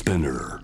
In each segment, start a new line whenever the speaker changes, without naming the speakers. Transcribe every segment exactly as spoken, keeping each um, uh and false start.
Spinner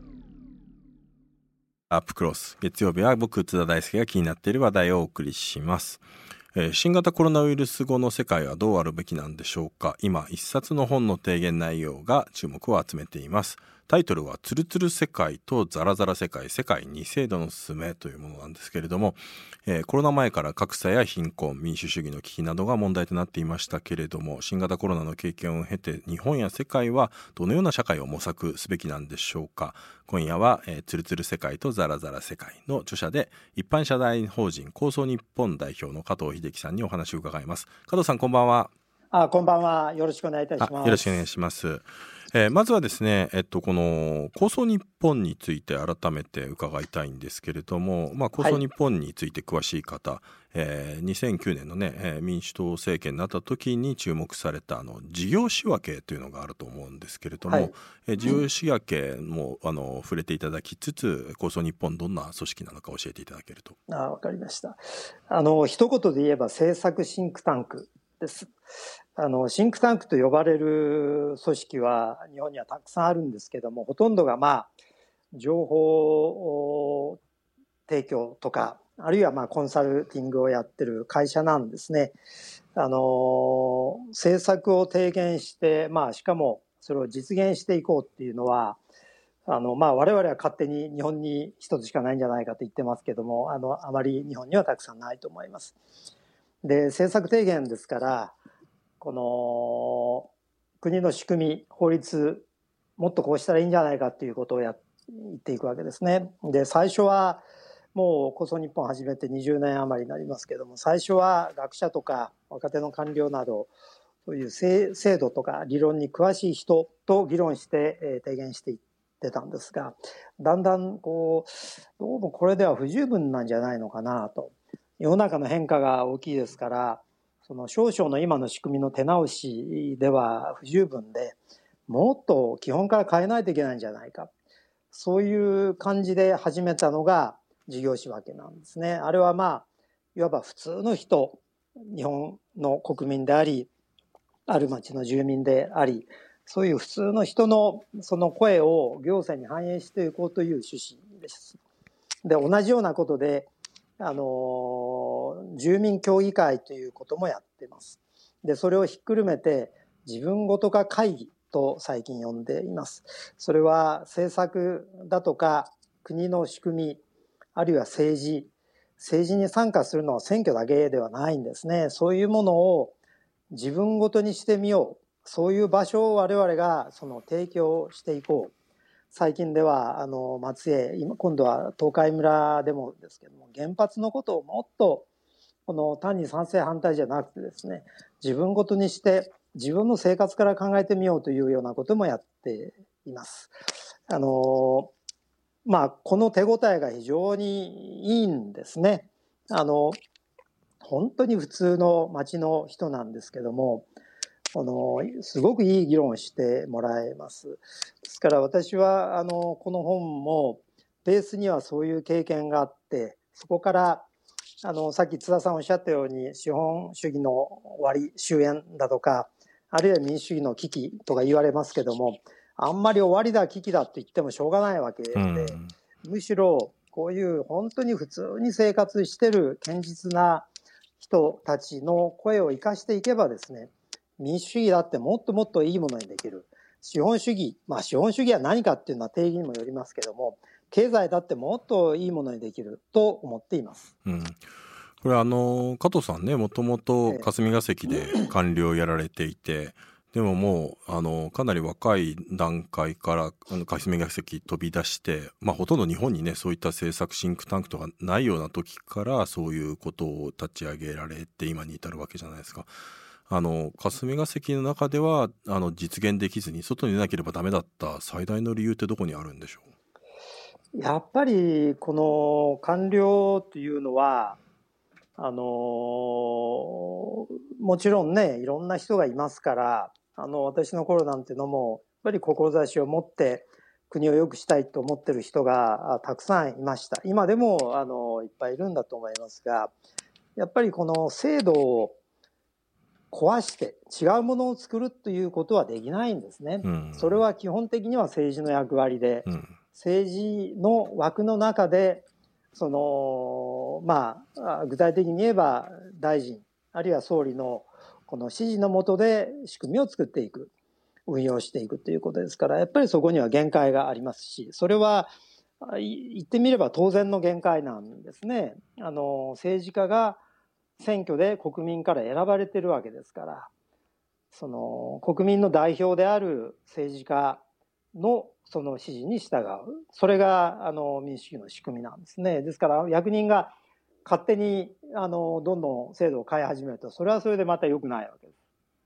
アップクロス、月曜日は僕津田大輔が気になっている話題をお送りします。えー、新型コロナウイルス後の世界はどうあるべきなんでしょうか。今一冊の本の提言内容が注目を集めています。タイトルはツルツル世界とザラザラ世界、世界に制度のすすめというものなんですけれども、えー、コロナ前から格差や貧困、民主主義の危機などが問題となっていましたけれども、新型コロナの経験を経て日本や世界はどのような社会を模索すべきなんでしょうか。今夜は、えー、ツルツル世界とザラザラ世界の著者で一般社団法人構想日本代表の加藤秀樹さんにお話を伺います。加藤さん、こんばんは。
あ、こんばんは。よろしくお願いいたします。
よろしくお願いします。えー、まずはですね、えっと、この構想日本について改めて伺いたいんですけれども、まあ、構想日本について詳しい方、はい、えー、にせんきゅうねんのね、えー、民主党政権になった時に注目されたあの事業仕分けというのがあると思うんですけれども、はい、えー、事業仕分けも、うん、あの触れていただきつつ、構想日本どんな組織なのか教えていただけると。
あ、わかりました。あの一言で言えば政策シンクタンクです。あのシンクタンクと呼ばれる組織は日本にはたくさんあるんですけども、ほとんどがまあ情報提供とか、あるいはまあコンサルティングをやってる会社なんですね。あの政策を提言して、まあしかもそれを実現していこうっていうのは、あのまあ我々は勝手に日本に一つしかないんじゃないかと言ってますけども、あのあまり日本にはたくさんないと思います。で、政策提言ですから、この国の仕組み、法律、もっとこうしたらいいんじゃないかっていうことをや言っていくわけですね。で、最初はもう構想日本始めてにじゅうねん余りになりますけども、最初は学者とか若手の官僚など、そういう制度とか理論に詳しい人と議論して提言していってたんですが、だんだんこうどうもこれでは不十分なんじゃないのかなと。世の中の変化が大きいですから、その少々の今の仕組みの手直しでは不十分で、もっと基本から変えないといけないんじゃないか、そういう感じで始めたのが事業仕分けなんですね。あれはまあいわば普通の人、日本の国民であり、ある町の住民であり、そういう普通の人のその声を行政に反映していこうという趣旨です。で、同じようなことで、あの住民協議会ということもやっています。で、それをひっくるめて自分ごと化会議と最近呼んでいます。それは政策だとか国の仕組み、あるいは政治、政治に参加するのは選挙だけではないんですね。そういうものを自分ごとにしてみよう。そういう場所を我々がその提供していこう。最近ではあの松江、今今度は東海村でもですけども、原発のことをもっとこの単に賛成反対じゃなくてですね、自分ごとにして自分の生活から考えてみようというようなこともやっています。あのまあこの手応えが非常にいいんですね。あの本当に普通の町の人なんですけども、あのすごくいい議論をしてもらえます。ですから私はあのこの本もベースにはそういう経験があって、そこからあのさっき津田さんおっしゃったように資本主義の終わり終焉だとか、あるいは民主主義の危機とか言われますけども、あんまり終わりだ危機だと言ってもしょうがないわけで、うん、むしろこういう本当に普通に生活してる堅実な人たちの声を生かしていけばですね、民主主義だってもっともっといいものにできる。資本主義、まあ資本主義は何かっていうのは定義にもよりますけども、経済だってもっといいものにできると思っています。
うん、これあの加藤さんね、もともと霞が関で官僚をやられていて、でももうあのかなり若い段階からあの霞が関飛び出して、まあ、ほとんど日本にねそういった政策シンクタンクとかないような時からそういうことを立ち上げられて今に至るわけじゃないですか。あの霞が関の中ではあの実現できずに外に出なければダメだった最大の理由ってどこにあるんでしょ
う。やっぱりこの官僚というのはあのもちろんねいろんな人がいますから、あの私の頃なんてのもやっぱり志を持って国を良くしたいと思ってる人がたくさんいました。今でもあのいっぱいいるんだと思いますが、やっぱりこの制度を壊して違うものを作るということはできないんですね。うん、それは基本的には政治の役割で、うん、政治の枠の中でそのまあ具体的に言えば大臣あるいは総理のこの指示の下で仕組みを作っていく、運用していくということですから、やっぱりそこには限界がありますし、それは言ってみれば当然の限界なんですね。あの政治家が選挙で国民から選ばれてるわけですから、その国民の代表である政治家のその指示に従う、それがあの民主主義の仕組みなんですね。ですから役人が勝手にあのどんどん制度を変え始めると、それはそれでまた良くないわけです。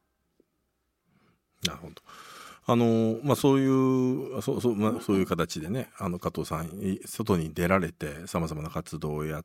なるほど。あのまあ、そういうそうそう、まあ、そういう形でね、あの加藤さん外に出られてさまざまな活動をやって、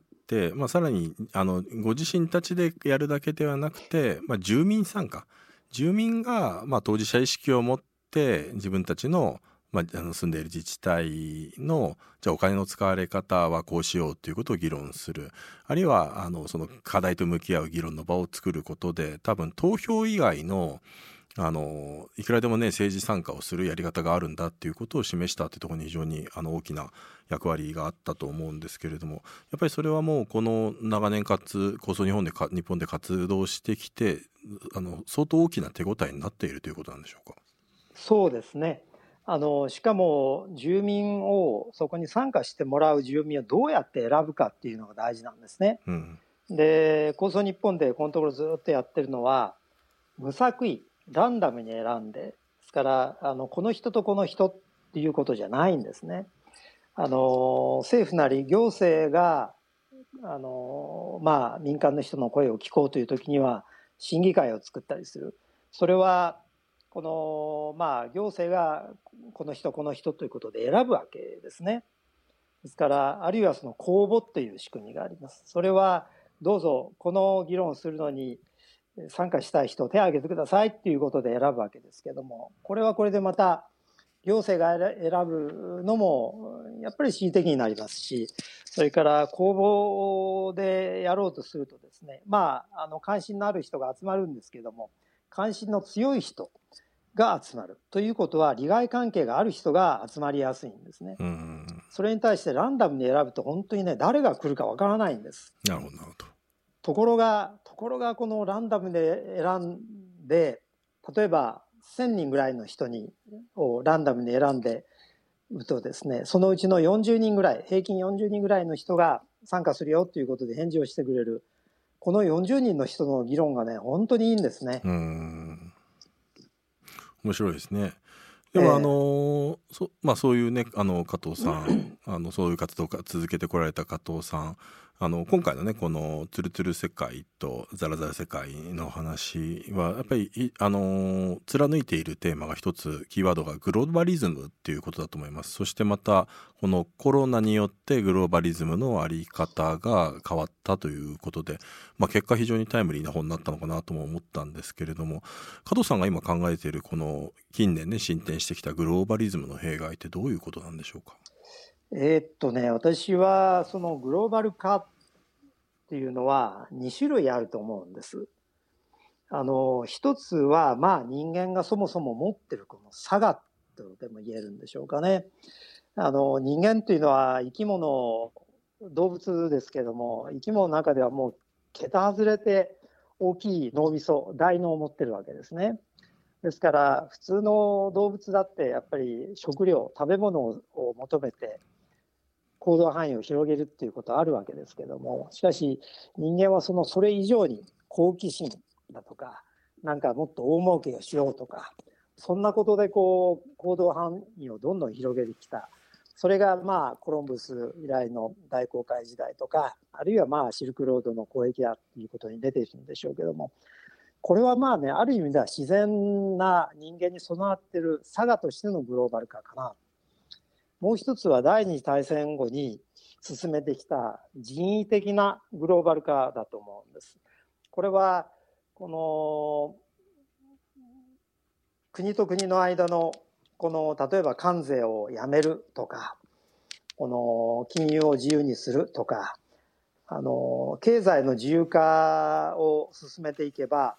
まあ、さらにあのご自身たちでやるだけではなくて、まあ、住民参加住民が、まあ、当事者意識を持って自分たちの、まあ、あの住んでいる自治体のじゃあお金の使われ方はこうしようということを議論する、あるいはあのその課題と向き合う議論の場を作ることで、多分投票以外のあのいくらでもね政治参加をするやり方があるんだっていうことを示したっていうところに非常にあの大きな役割があったと思うんですけれども、やっぱりそれはもうこの長年かつ構想日本でか日本で活動してきて、あの相当大きな手応えになっているということなんでしょうか。
そうですね。あのしかも住民をそこに参加してもらう住民をどうやって選ぶかっていうのが大事なんですね。うん、で構想日本でこのところずっとやってるのは無作為ランダムに選んで、ですからあのこの人とこの人っていうことじゃないんですね。あの政府なり行政があの、まあ、民間の人の声を聞こうという時には審議会を作ったりする。それはこの、まあ、行政がこの人この人ということで選ぶわけですね。ですからあるいはその公募っていう仕組みがあります。それはどうぞこの議論をするのに参加したい人を手を挙げてくださいっていうことで選ぶわけですけども、これはこれでまた行政が選ぶのもやっぱり恣意的になりますし、それから公募でやろうとするとですね、まああの関心のある人が集まるんですけども、関心の強い人が集まるということは利害関係がある人が集まりやすいんですね。うん、それに対してランダムに選ぶと本当にね誰が来るかわからないんです。
なるほどなるほど。
ところがところがこのランダムで選んで、例えばせんにんぐらいの人にをランダムに選んでるとですね、そのうちのよんじゅうにんぐらい、平均よんじゅうにんぐらいの人が参加するよということで返事をしてくれる。このよんじゅうにんの人の議論がね本当にいいんですね。
うーん、面白いですね。でも、えー、あのそまあ、そういうねあの加藤さんあのそういう活動を続けてこられた加藤さん、あの今回のねこのツルツル世界とザラザラ世界の話はやっぱりあの貫いているテーマが一つ、キーワードがグローバリズムっていうことだと思います。そしてまたこのコロナによってグローバリズムのあり方が変わったということで、まあ、結果非常にタイムリーな本になったのかなとも思ったんですけれども、加藤さんが今考えているこの近年ね進展してきたグローバリズムの弊害ってどういうことなんでしょうか。
えー、っとね私はそのグローバル化っていうのはに種類あると思うんです。あの一つはまあ人間がそもそも持ってるこの差がとでも言えるんでしょうかね。あの人間というのは生き物動物ですけども、生き物の中ではもう桁外れて大きい脳みそ大脳を持ってるわけですね。ですから普通の動物だってやっぱり食料食べ物を求めて行動範囲を広げるっていうことはあるわけですけども、しかし人間はそのそれ以上に好奇心だとか、なんかもっと大儲けをしようとか、そんなことでこう行動範囲をどんどん広げてきた。それがまあコロンブス以来の大航海時代とか、あるいはまあシルクロードの交易だっていうことに出ているんでしょうけども、これはまあね、ある意味では自然な人間に備わっている差がとしてのグローバル化かな。もう一つは第二次大戦後に進めてきた人為的なグローバル化だと思うんです。これはこの国と国の間のこの例えば関税をやめるとか、この金融を自由にするとか、あの経済の自由化を進めていけば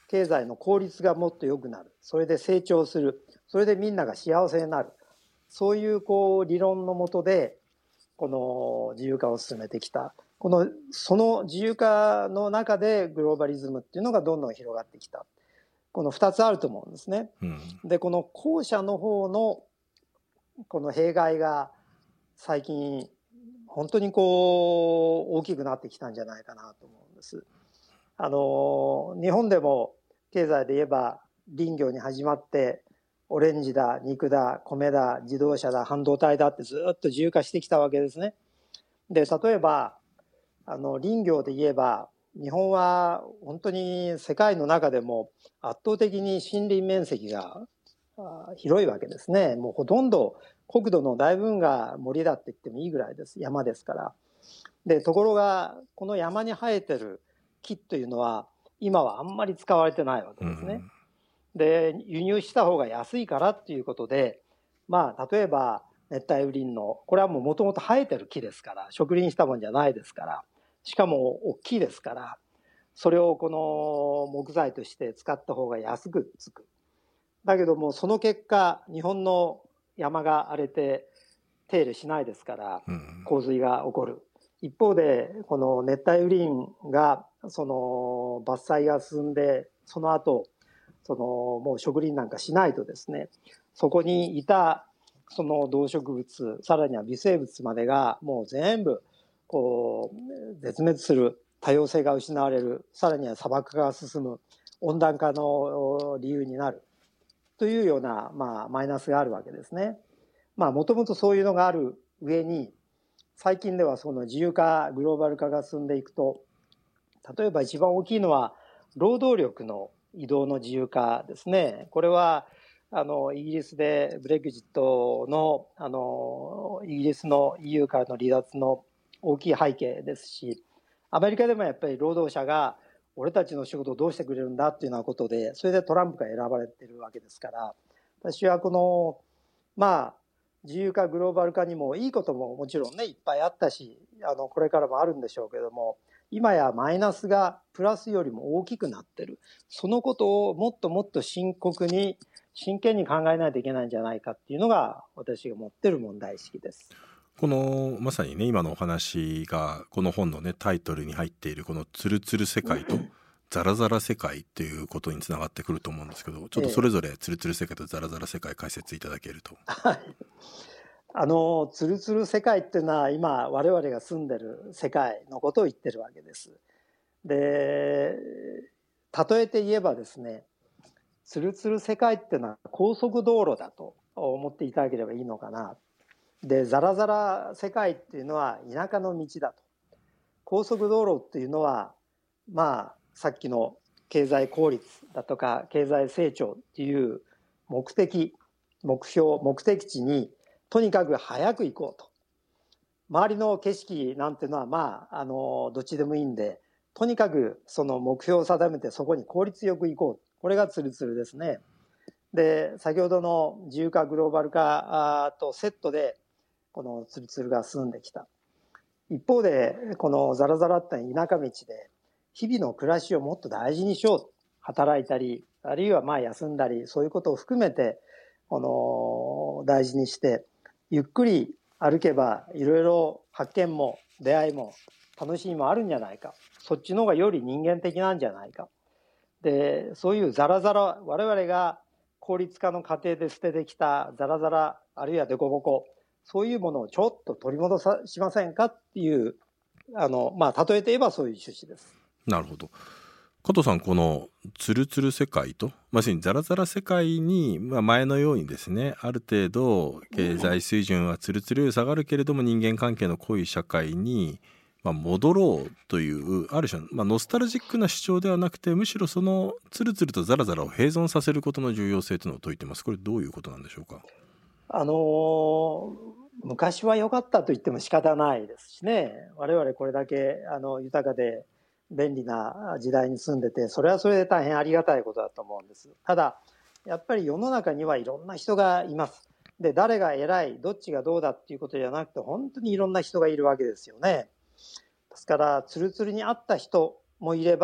経済の効率がもっと良くなる。それで成長する。それでみんなが幸せになる。そういうこう理論の下で、この自由化を進めてきた。この、その自由化の中でグローバリズムっていうのがどんどん広がってきた。この二つあると思うんですね。うん、で、この後者の方のこの弊害が最近本当にこう大きくなってきたんじゃないかなと思うんです。あの、日本でも経済で言えば林業に始まってオレンジだ、肉だ、米だ、自動車だ、半導体だってずっと自由化してきたわけですね。で、例えばあの林業で言えば日本は本当に世界の中でも圧倒的に森林面積が広いわけですね。もうほとんど国土の大部分が森だって言ってもいいぐらいです。山ですから。で、ところがこの山に生えてる木というのは今はあんまり使われてないわけですね。うん、で、輸入した方が安いからっていうことで、まあ例えば熱帯雨林のこれはもうもともと生えてる木ですから、植林したもんじゃないですから、しかも大きいですから、それをこの木材として使った方が安くつく。だけどもその結果日本の山が荒れて手入れしないですから洪水が起こる。一方でこの熱帯雨林がその伐採が進んでその後そのもう植林なんかしないとですね、そこにいたその動植物さらには微生物までがもう全部こう絶滅する、多様性が失われる、さらには砂漠化が進む、温暖化の理由になるというような、まあ、マイナスがあるわけですね。まあ、もともとそういうのがある上に、最近ではその自由化、グローバル化が進んでいくと、例えば一番大きいのは、労働力の移動の自由化ですね。これは、あの、イギリスでブレグジットの、あの、イギリスの イーユー からの離脱の大きい背景ですし、アメリカでもやっぱり労働者が、俺たちの仕事をどうしてくれるんだっていうようなことで、それでトランプが選ばれてるわけですから、私はこの、まあ、自由化、グローバル化にもいいことももちろんね、いっぱいあったし、あの、これからもあるんでしょうけども、今やマイナスがプラスよりも大きくなってる。そのことをもっともっと深刻に、真剣に考えないといけないんじゃないかっていうのが、私が持ってる問題意識です。
このまさにね今のお話がこの本のねタイトルに入っているこのツルツル世界とザラザラ世界っていうことにつながってくると思うんですけど、ちょっとそれぞれツルツル世界とザラザラ世界解説いただけると。
はい、あのツルツル世界っていうのは今我々が住んでる世界のことを言ってるわけです。で、例えて言えばですね、ツルツル世界っていうのは高速道路だと思っていただければいいのかな。で、ザラザラ世界っていうのは田舎の道だと。高速道路っていうのは、まあ、さっきの経済効率だとか、経済成長っていう目的、目標、目的地に、とにかく早く行こうと。周りの景色なんていうのは、まあ、あの、どっちでもいいんで、とにかくその目標を定めてそこに効率よく行こう。これがツルツルですね。で、先ほどの自由化グローバル化とセットで、このツルツルが進んできた。一方で、このザラザラって田舎道で、日々の暮らしをもっと大事にしよう。働いたり、あるいはまあ休んだり、そういうことを含めて、この大事にして、ゆっくり歩けばいろいろ発見も出会いも楽しみもあるんじゃないか。そっちの方がより人間的なんじゃないか。で、そういうザラザラ、我々が効率化の過程で捨ててきたザラザラ、あるいはデコボコ、そういうものをちょっと取り戻さしませんかっていう、あの、まあ、例えて言えばそういう趣旨です。
なるほど。加藤さん、このツルツル世界と、まさにザラザラ世界に、まあ、前のようにですね、ある程度経済水準はツルツル下がるけれども人間関係の濃い社会に、まあ、戻ろうというある種、まあ、ノスタルジックな主張ではなくて、むしろそのツルツルとザラザラを併存させることの重要性というのを説いてます。これどういうことなんでしょうか。
あのー、昔は良かったと言っても仕方ないですしね。我々これだけあの豊かで便利な時代に住んでて、それはそれで大変ありがたいことだと思うんです。ただやっぱり世の中にはいろんな人がいます。で、誰が偉い、どっちがどうだっていうことじゃなくて、本当にいろんな人がいるわけですよね。ですからツルツルに合った人もいれば、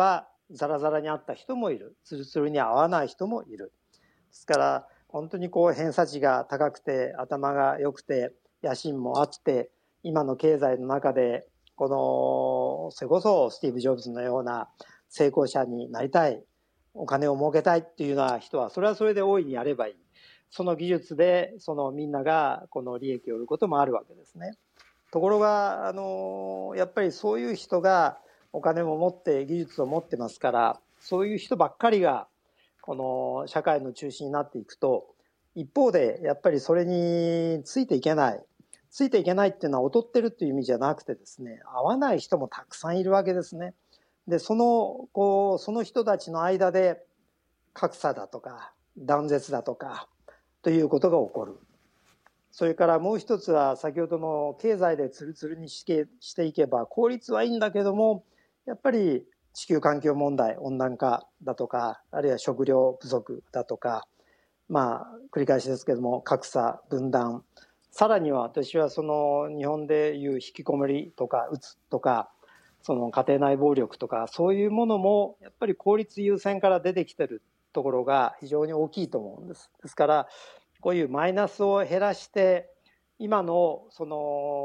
ザラザラに合った人もいる、ツルツルに合わない人もいる。ですから本当にこう偏差値が高くて頭が良くて野心もあって今の経済の中でこのそれこそスティーブ・ジョブズのような成功者になりたい、お金を儲けたいっていうような人はそれはそれで大いにやればいい。その技術でそのみんながこの利益を得ることもあるわけですね。ところがあのやっぱりそういう人がお金も持って技術を持ってますから、そういう人ばっかりがこの社会の中心になっていくと、一方でやっぱりそれについていけないついていけないっていうのは劣ってるっていう意味じゃなくてですね、合わない人もたくさんいるわけですね。でそのこうその人たちの間で格差だとか断絶だとかということが起こる。それからもう一つは先ほどの経済でツルツルにしてしていけば効率はいいんだけども、やっぱり地球環境問題、温暖化だとか、あるいは食料不足だとか、まあ繰り返しですけども格差分断、さらには私はその日本でいう引きこもりとかうつとかその家庭内暴力とかそういうものもやっぱり効率優先から出てきてるところが非常に大きいと思うんです。ですからこういうマイナスを減らして今のその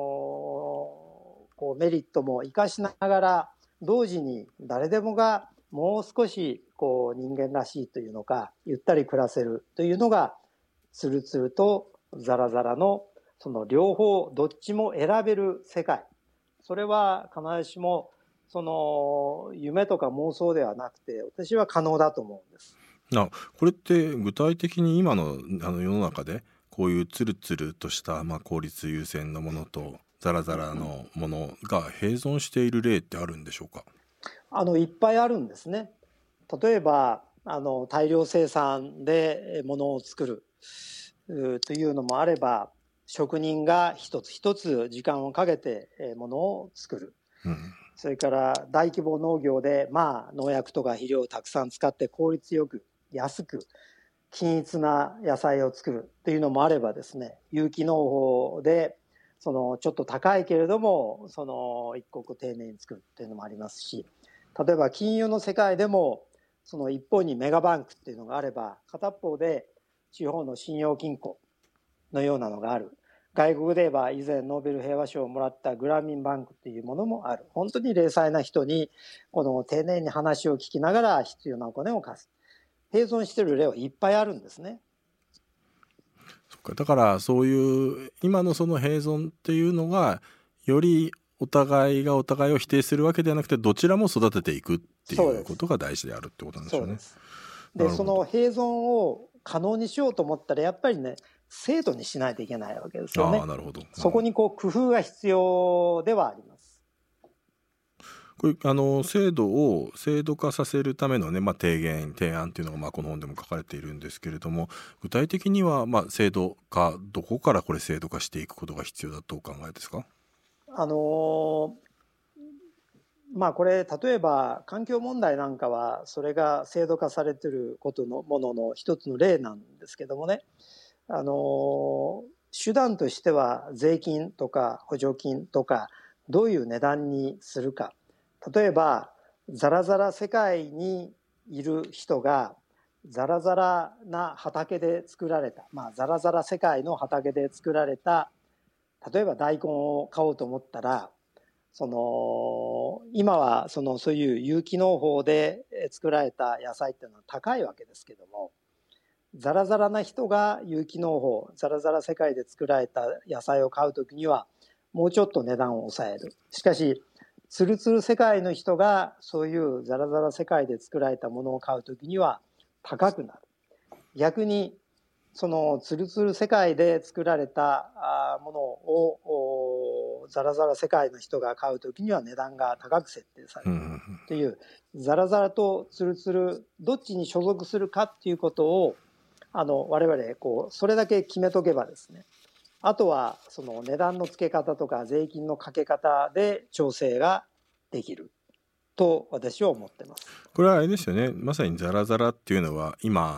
こうメリットも生かしながら同時に誰でもがもう少しこう人間らしいというのかゆったり暮らせるというのがツルツルとザラザラのその両方どっちも選べる世界、それは必ずしもその夢とか妄想ではなくて私は可能だと思うんです。
あ、これって具体的に今の、あの世の中でこういうツルツルとした、まあ、効率優先のものとザラザラのものが併存している例ってあるんでしょうか？
あのいっぱいあるんですね。例えばあの大量生産で物を作るというのもあれば、職人が一つ一つ時間をかけて物を作る、うん、それから大規模農業で、まあ、農薬とか肥料をたくさん使って効率よく安く均一な野菜を作るというのもあればですね、有機農法でそのちょっと高いけれどもその一刻丁寧に作るというのもありますし、例えば金融の世界でもその一方にメガバンクっていうのがあれば片方で地方の信用金庫のようなのがある。外国で言えば以前ノーベル平和賞をもらったグラミンバンクっていうものもある。本当に零細な人にこの丁寧に話を聞きながら必要なお金を貸す。併存している例はいっぱいあるんですね。
そっか、だからそういう今のその併存っていうのがよりお互いがお互いを否定するわけではなくてどちらも育てていくっていうことが大事であるってことなんでしょうね。そうです。
でその併存を可能にしようと思ったらやっぱりね制度にしないといけないわけですよね。
あ、なるほど。
そこにこう工夫が必要ではあります。
これあの制度を制度化させるための、ねまあ、提言提案というのが、まあ、この本でも書かれているんですけれども、具体的には、まあ、制度化どこからこれ制度化していくことが必要だとお考えですか？
あのまあこれ例えば環境問題なんかはそれが制度化されていることのものの一つの例なんですけどもね、あの手段としては税金とか補助金とかどういう値段にするか、例えばザラザラ世界にいる人がザラザラな畑で作られた、まあ、ザラザラ世界の畑で作られた例えば大根を買おうと思ったら、その今はそのそういう有機農法で作られた野菜っていうのは高いわけですけども、ザラザラな人が有機農法ザラザラ世界で作られた野菜を買うときにはもうちょっと値段を抑える。しかしツルツル世界の人がそういうザラザラ世界で作られたものを買うときには高くなる。逆にそのツルツル世界で作られたものをザラザラ世界の人が買うときには値段が高く設定されるという、ザラザラとツルツルどっちに所属するかっていうことをあの我々こうそれだけ決めとけばですね、あとはその値段の付け方とか税金のかけ方で調整ができると私は思ってます。
これはあれですよね、まさにザラザラっていうのは今、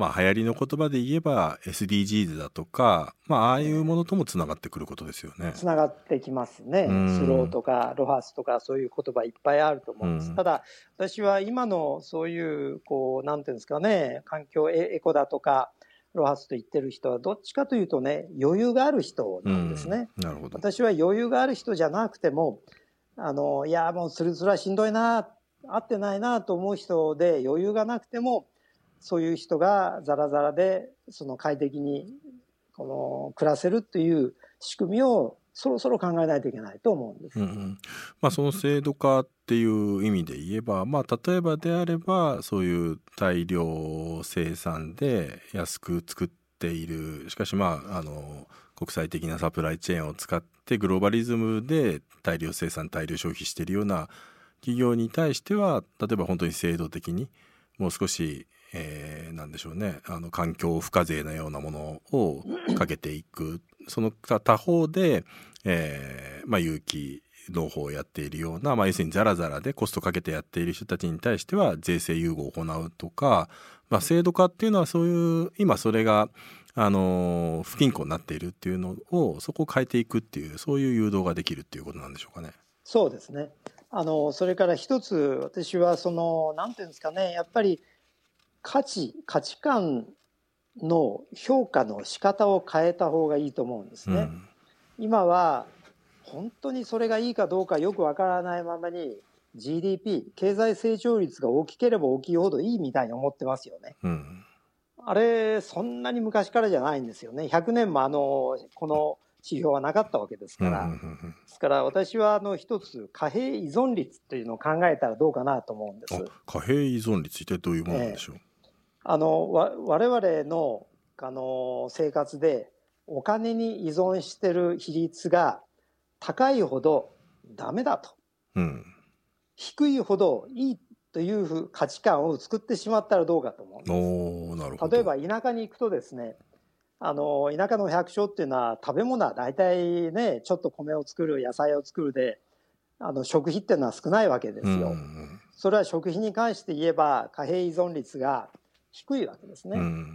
まあ流行りの言葉で言えば エスディージーズ だとか、まあああいうものともつながってくることですよね。
つながってきますね。
うん
スローとかロハスとかそういう言葉いっぱいあると思うんです。
うん
ただ私は今のそういうこうなんていうんですかね、環境エエコだとかロハスと言ってる人はどっちかというとね、余裕がある人なんですね。
うん、なるほど。
私は余裕がある人じゃなくても、あのいやもうそれそれはしんどいな、合ってないなと思う人で余裕がなくても、そういう人がザラザラでその快適にこの暮らせるっていう仕組みをそろそろ考えないといけないと思うんです。
うんうんまあ、その制度化っていう意味で言えば、まあ、例えばであればそういう大量生産で安く作っている、しかしまああの国際的なサプライチェーンを使ってグローバリズムで大量生産大量消費しているような企業に対しては、例えば本当に制度的にもう少し、えー、なんでしょうね、あの環境不課税なようなものをかけていく。その他方で、えーまあ、有機農法をやっているような、まあ、要するにザラザラでコストかけてやっている人たちに対しては税制優遇を行うとか、まあ、制度化っていうのはそういう今それがあの不均衡になっているっていうのをそこを変えていくっていう、そういう誘導ができるっていうことなんでしょうかね。
そうですね。あのそれから一つ私はそのなんていうんですかね、やっぱり価値価値観の評価の仕方を変えた方がいいと思うんですね。うん、今は本当にそれがいいかどうかよくわからないままに ジーディーピー 経済成長率が大きければ大きいほどいいみたいに思ってますよね。うん、あれそんなに昔からじゃないんですよね。ひゃくねんもあのこの指標はなかったわけですから、うんうんうん、ですから私はあの一つ貨幣依存率というのを考えたらどうかなと思うんです。
貨幣依存率ってどういうものなんでしょう。えー
あのわ我々の、あの生活でお金に依存してる比率が高いほどダメだと、うん、低いほどいいという価値観を作ってしまったらどうかと思うんです。
おー、なるほど。
例えば田舎に行くとですね、あの田舎の百姓っていうのは食べ物は大体ね、ちょっと米を作る野菜を作るであの食費っていうのは少ないわけですよ、うん、それは食費に関して言えば貨幣依存率が低いわけですね、うん、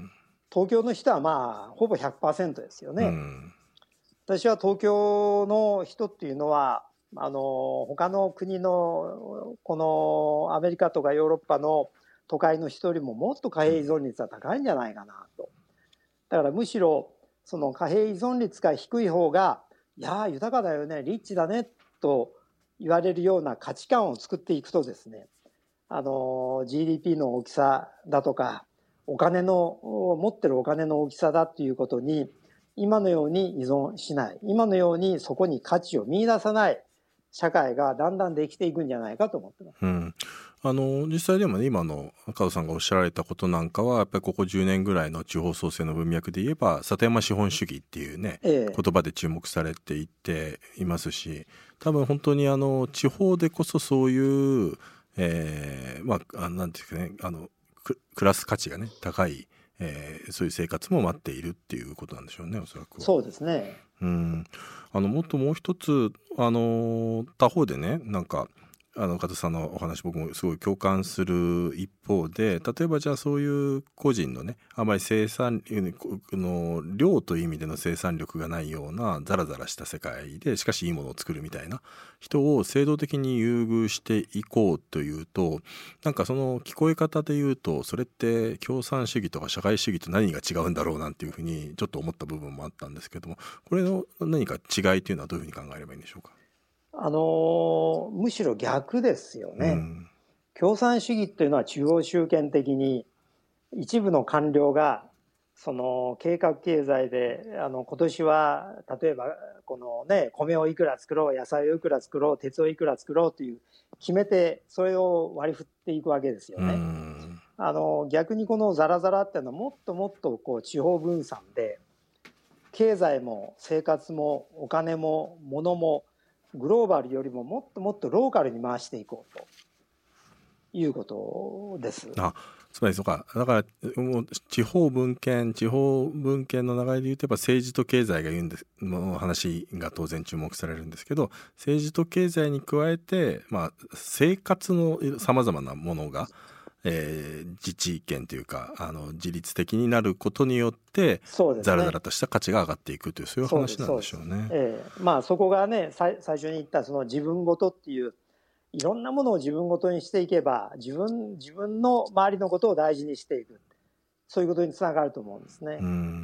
東京の人はまあほぼ ひゃくパーセント ですよね、うん、私は東京の人っていうのはあの他の国のこのアメリカとかヨーロッパの都会の人よりももっと貨幣依存率は高いんじゃないかなと。だからむしろその貨幣依存率が低い方がいや豊かだよね、リッチだねと言われるような価値観を作っていくとですね、あの ジーディーピー の大きさだとかお金の持ってるお金の大きさだっていうことに今のように依存しない、今のようにそこに価値を見出さない社会がだんだんできていくんじゃないかと思ってます、
うん、あの実際でもね、今の加藤さんがおっしゃられたことなんかはやっぱりここじゅうねんぐらいの地方創生の文脈で言えば里山資本主義っていうね、ええ、言葉で注目されていっていますし、多分本当にあの地方でこそそういう、えー、まあなんていうかね、あのクラス価値がね高い、えー、そういう生活も待っているっていうことなんでしょうね、おそらくは。
そうですね。
うん、あのもっともう一つあの他方でね、なんかあの加藤さんのお話僕もすごい共感する一方で、例えばじゃあそういう個人のね、あまり生産の量という意味での生産力がないようなザラザラした世界でしかしいいものを作るみたいな人を制度的に優遇していこうというと、なんかその聞こえ方で言うとそれって共産主義とか社会主義と何が違うんだろうなんていうふうにちょっと思った部分もあったんですけども、これの何か違いというのはどういうふうに考えればいいんでしょうか。
あのむしろ逆ですよね、うん、共産主義っていうのは中央集権的に一部の官僚がその計画経済であの今年は例えばこのね米をいくら作ろう、野菜をいくら作ろう、鉄をいくら作ろうという決めてそれを割り振っていくわけですよね、うん、あの逆にこのザラザラっていうのはもっともっとこう地方分散で経済も生活もお金も物もグローバルよりももっともっとローカルに回していこうということです。
あ、つまりそうか、だからもう地方分権地方分権の流れで言うとやっぱ政治と経済が言うんですの話が当然注目されるんですけど、政治と経済に加えて、まあ、生活のさまざまなものがえー、自治権というかあの自律的になることによって
そうですね、
ザラザラとした価値が上がっていくというそういう話なんでしょうね。
ええ、まあそこがね最最初に言ったその自分ごとっていういろんなものを自分ごとにしていけば自分自分の周りのことを大事にしていく、そういうことにつながると思うんですね。
うん、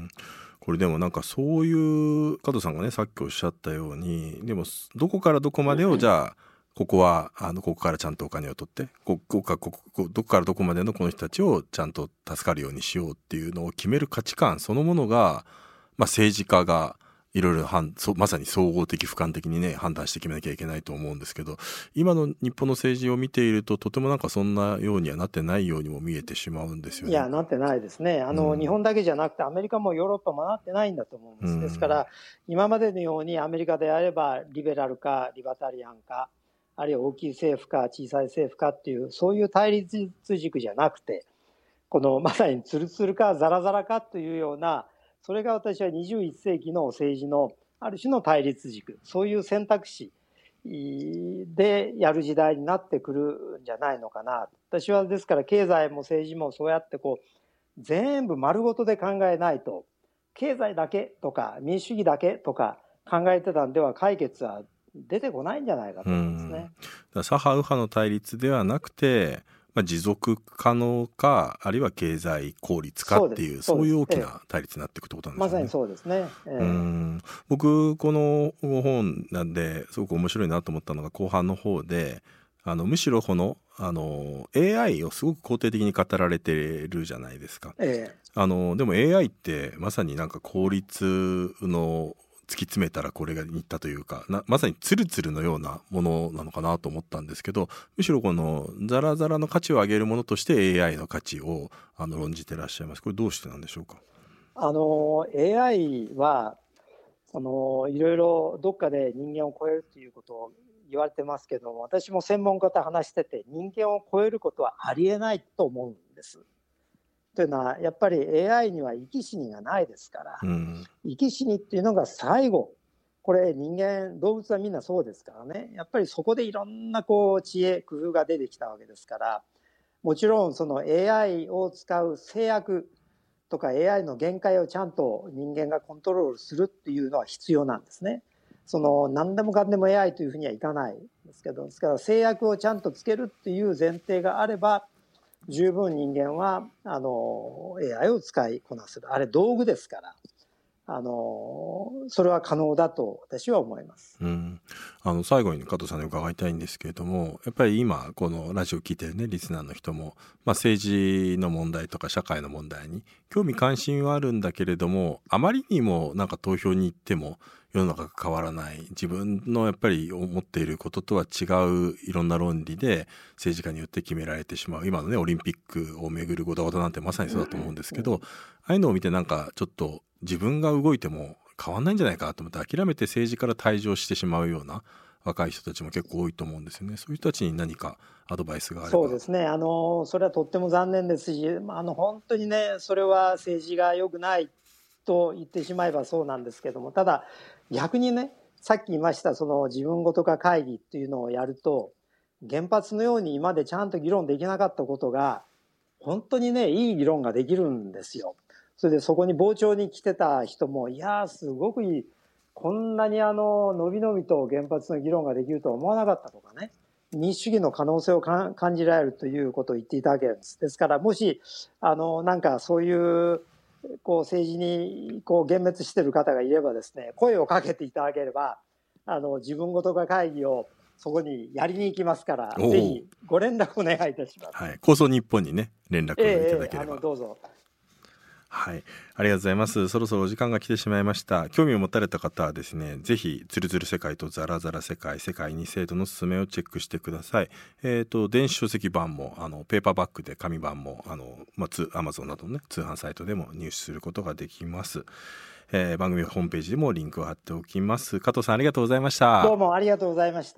これでもなんかそういう加藤さんがねさっきおっしゃったようにでもどこからどこまでをじゃあここはあのここからちゃんとお金を取ってここかここどこからどこまでのこの人たちをちゃんと助かるようにしようっていうのを決める価値観そのものが、まあ、政治家がいろいろまさに総合的俯瞰的にね判断して決めなきゃいけないと思うんですけど今の日本の政治を見ているととてもなんかそんなようにはなってないようにも見えてしまうんですよね。
いやなってないですね。あの、うん、日本だけじゃなくてアメリカもヨーロッパもなってないんだと思うんです、うん、ですから今までのようにアメリカであればリベラルかリバタリアンかあるいは大きい政府か小さい政府かっていうそういう対立軸じゃなくてこのまさにツルツルかザラザラかというようなそれが私はにじゅういっ世紀の政治のある種の対立軸そういう選択肢でやる時代になってくるんじゃないのかな。私はですから経済も政治もそうやってこう全部丸ごとで考えないと経済だけとか民主主義だけとか考えてたんでは解決は出てこないんじゃないかと思うんですね。だ
から左派右派の対立ではなくて、まあ、持続可能かあるいは経済効率かっていうそういう大きな対立になっていくってことなんですね。
まさにそうですね、えー、
うん僕この本なんですごく面白いなと思ったのが後半の方であのむしろこのあの エーアイ をすごく肯定的に語られてるじゃないですか、
えー、
あのでも エーアイ ってまさになんか効率の突き詰めたらこれが似たというかなまさにツルツルのようなものなのかなと思ったんですけどむしろこのザラザラの価値を上げるものとして エーアイ の価値をあの論じてらっしゃいます。これどうしてなんでしょうか。
あの エーアイ はそのいろいろどっかで人間を超えるということを言われてますけども私も専門家と話してて人間を超えることはありえないと思うんです。というのはやっぱり エーアイ には生き死にがないですから、うん、生き死にっていうのが最後これ人間動物はみんなそうですからねやっぱりそこでいろんなこう知恵工夫が出てきたわけですからもちろんその エーアイ を使う制約とか エーアイ の限界をちゃんと人間がコントロールするっていうのは必要なんですね。その何でもかんでも エーアイ というふうにはいかないんですけどですから制約をちゃんとつけるっていう前提があれば十分人間はあの エーアイ を使いこなせるあれ道具ですからあのそれは可能だと私は思います、
うん、あの最後に加藤さんに伺いたいんですけれどもやっぱり今このラジオを聞いてるねリスナーの人も、まあ、政治の問題とか社会の問題に興味関心はあるんだけれどもあまりにもなんか投票に行っても世の中が変わらない自分のやっぱり思っていることとは違ういろんな論理で政治家によって決められてしまう今のねオリンピックをめぐるごたごたなんてまさにそうだと思うんですけど、うんうん、ああいうのを見てなんかちょっと自分が動いても変わんないんじゃないかと思って諦めて政治から退場してしまうような若い人たちも結構多いと思うんですよね。そういう人たちに何かアドバイスがあれば。
そうですねあのそれはとっても残念ですしあの本当にねそれは政治が良くないと言ってしまえばそうなんですけどもただ逆にねさっき言いましたその自分ごと化会議っていうのをやると原発のように今までちゃんと議論できなかったことが本当にねいい議論ができるんですよ。それでそこに傍聴に来てた人もいやーすごくいいこんなにあののびのびと原発の議論ができるとは思わなかったとかね民主主義の可能性を感じられるということを言っていただけるんです。ですからもしあのなんかそういうこう政治にこう幻滅している方がいればですね声をかけていただければあの自分ごと化会議をそこにやりに行きますからぜひご連絡お願いいたします、
はい、構想日本にね連絡をいただければ、えー、あの
どうぞ。
はい、ありがとうございます。そろそろお時間が来てしまいました。興味を持たれた方はですねぜひつるつる世界とザラザラ世界世界に制度のすすめをチェックしてください。えーと電子書籍版もあのペーパーバッグで紙版もあの、まあ、Amazon などの、ね、通販サイトでも入手することができます。えー、番組ホームページでもリンクを貼っておきます。加藤さんありがとうございました。
どうもありがとうございました。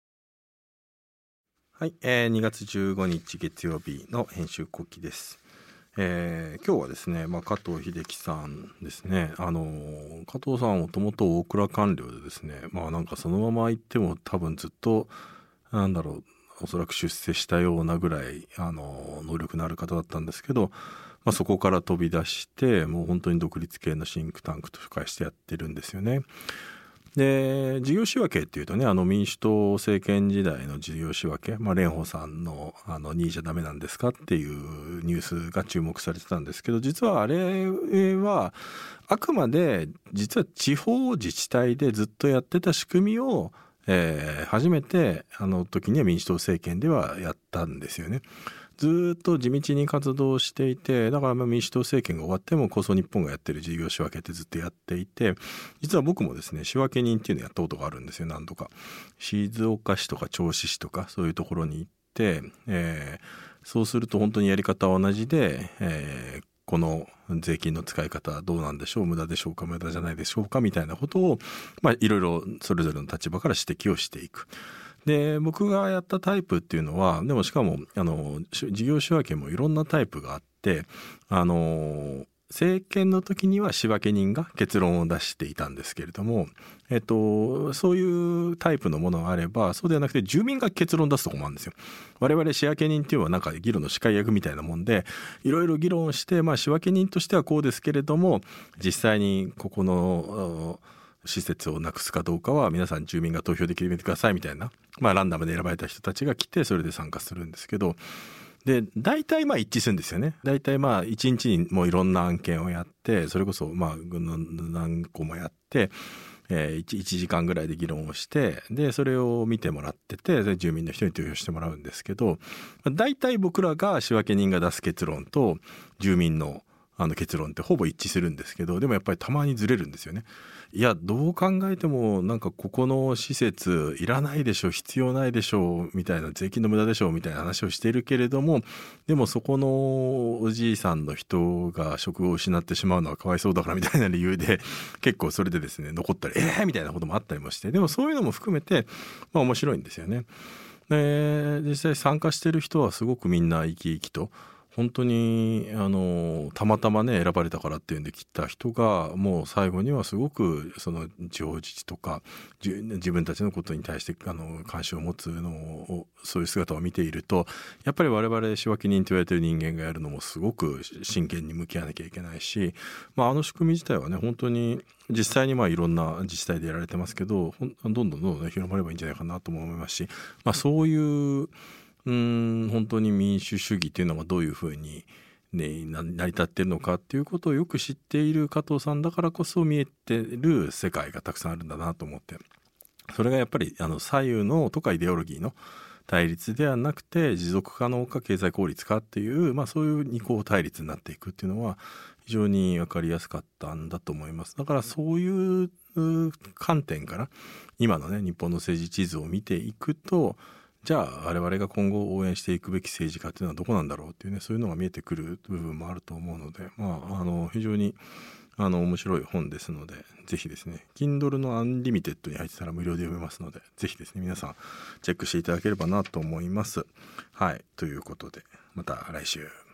はい、えー、にがつじゅうごにち月曜日の編集後期です。えー、今日はですね、まあ、加藤秀樹さんですね。あのー、加藤さんはもともと大蔵官僚でですね、まあなんかそのまま行っても多分ずっとなんだろうおそらく出世したようなぐらいあの能力のある方だったんですけど、まあ、そこから飛び出してもう本当に独立系のシンクタンクとしてしてやってるんですよね。で事業仕分けっていうとね、あの民主党政権時代の事業仕分け、まあ、蓮舫さんのあのにいじゃダメなんですかっていうニュースが注目されてたんですけど、実はあれはあくまで実は地方自治体でずっとやってた仕組みを、えー、初めてあの時には民主党政権ではやったんですよね。ずっと地道に活動していて、だからまあ民主党政権が終わっても構想日本がやってる事業仕分けってずっとやっていて、実は僕もですね仕分け人っていうのをやったことがあるんですよ。何度か静岡市とか銚子市とかそういうところに行って、えー、そうすると本当にやり方は同じで、えーこの税金の使い方どうなんでしょう、無駄でしょうか、無駄じゃないでしょうかみたいなことを、まあ、いろいろそれぞれの立場から指摘をしていく。で僕がやったタイプっていうのは、でもしかもあの事業仕分けもいろんなタイプがあって、あの政権の時には仕分け人が結論を出していたんですけれども、えっと、そういうタイプのものがあれば、そうではなくて住民が結論を出すところもあるんですよ。我々仕分け人っていうのはなんか議論の司会役みたいなもんで、いろいろ議論して、まあ、仕分け人としてはこうですけれども、実際にここの施設をなくすかどうかは皆さん住民が投票で決めてくださいみたいな、まあ、ランダムで選ばれた人たちが来てそれで参加するんですけど、で大体まあ一致するんですよね。大体まあ一日にもういろんな案件をやって、それこそまあ何個もやって、えー、1, いちじかんぐらいで議論をして、でそれを見てもらってて、で住民の人に投票してもらうんですけど、大体僕らが仕分け人が出す結論と住民のあの結論ってほぼ一致するんですけど、でもやっぱりたまにずれるんですよね。いやどう考えてもなんかここの施設いらないでしょ、必要ないでしょみたいな、税金の無駄でしょみたいな話をしているけれども、でもそこのおじいさんの人が職を失ってしまうのはかわいそうだからみたいな理由で結構それでですね残ったりえーみたいなこともあったりもして、でもそういうのも含めてまあ面白いんですよね。で実際参加してる人はすごくみんな生き生きと、本当にあのたまたまね選ばれたからっていうんで来た人が、もう最後にはすごくその地方自治とか自分たちのことに対してあの関心を持つのを、そういう姿を見ていると、やっぱり我々仕分け人と言われている人間がやるのもすごく真剣に向き合わなきゃいけないし、まあ、あの仕組み自体はね本当に実際にまあいろんな自治体でやられてますけど、どんどんどんどん、ね、広まればいいんじゃないかなとも思いますし、まあ、そういううーん本当に民主主義というのがどういうふうに、ね、成り立っているのかっていうことをよく知っている加藤さんだからこそ見えてる世界がたくさんあるんだなと思って、それがやっぱりあの左右のとかイデオロギーの対立ではなくて、持続可能か経済効率かっていう、まあ、そういう二項対立になっていくっていうのは非常に分かりやすかったんだと思います。だからそういう観点から今のね日本の政治地図を見ていくと、じゃあ我々が今後応援していくべき政治家っていうのはどこなんだろうっていうね、そういうのが見えてくる部分もあると思うので、まああの非常にあの面白い本ですので、ぜひですね Kindle のアンリミテッドに入ってたら無料で読めますので、ぜひですね皆さんチェックしていただければなと思います。はい、ということでまた来週。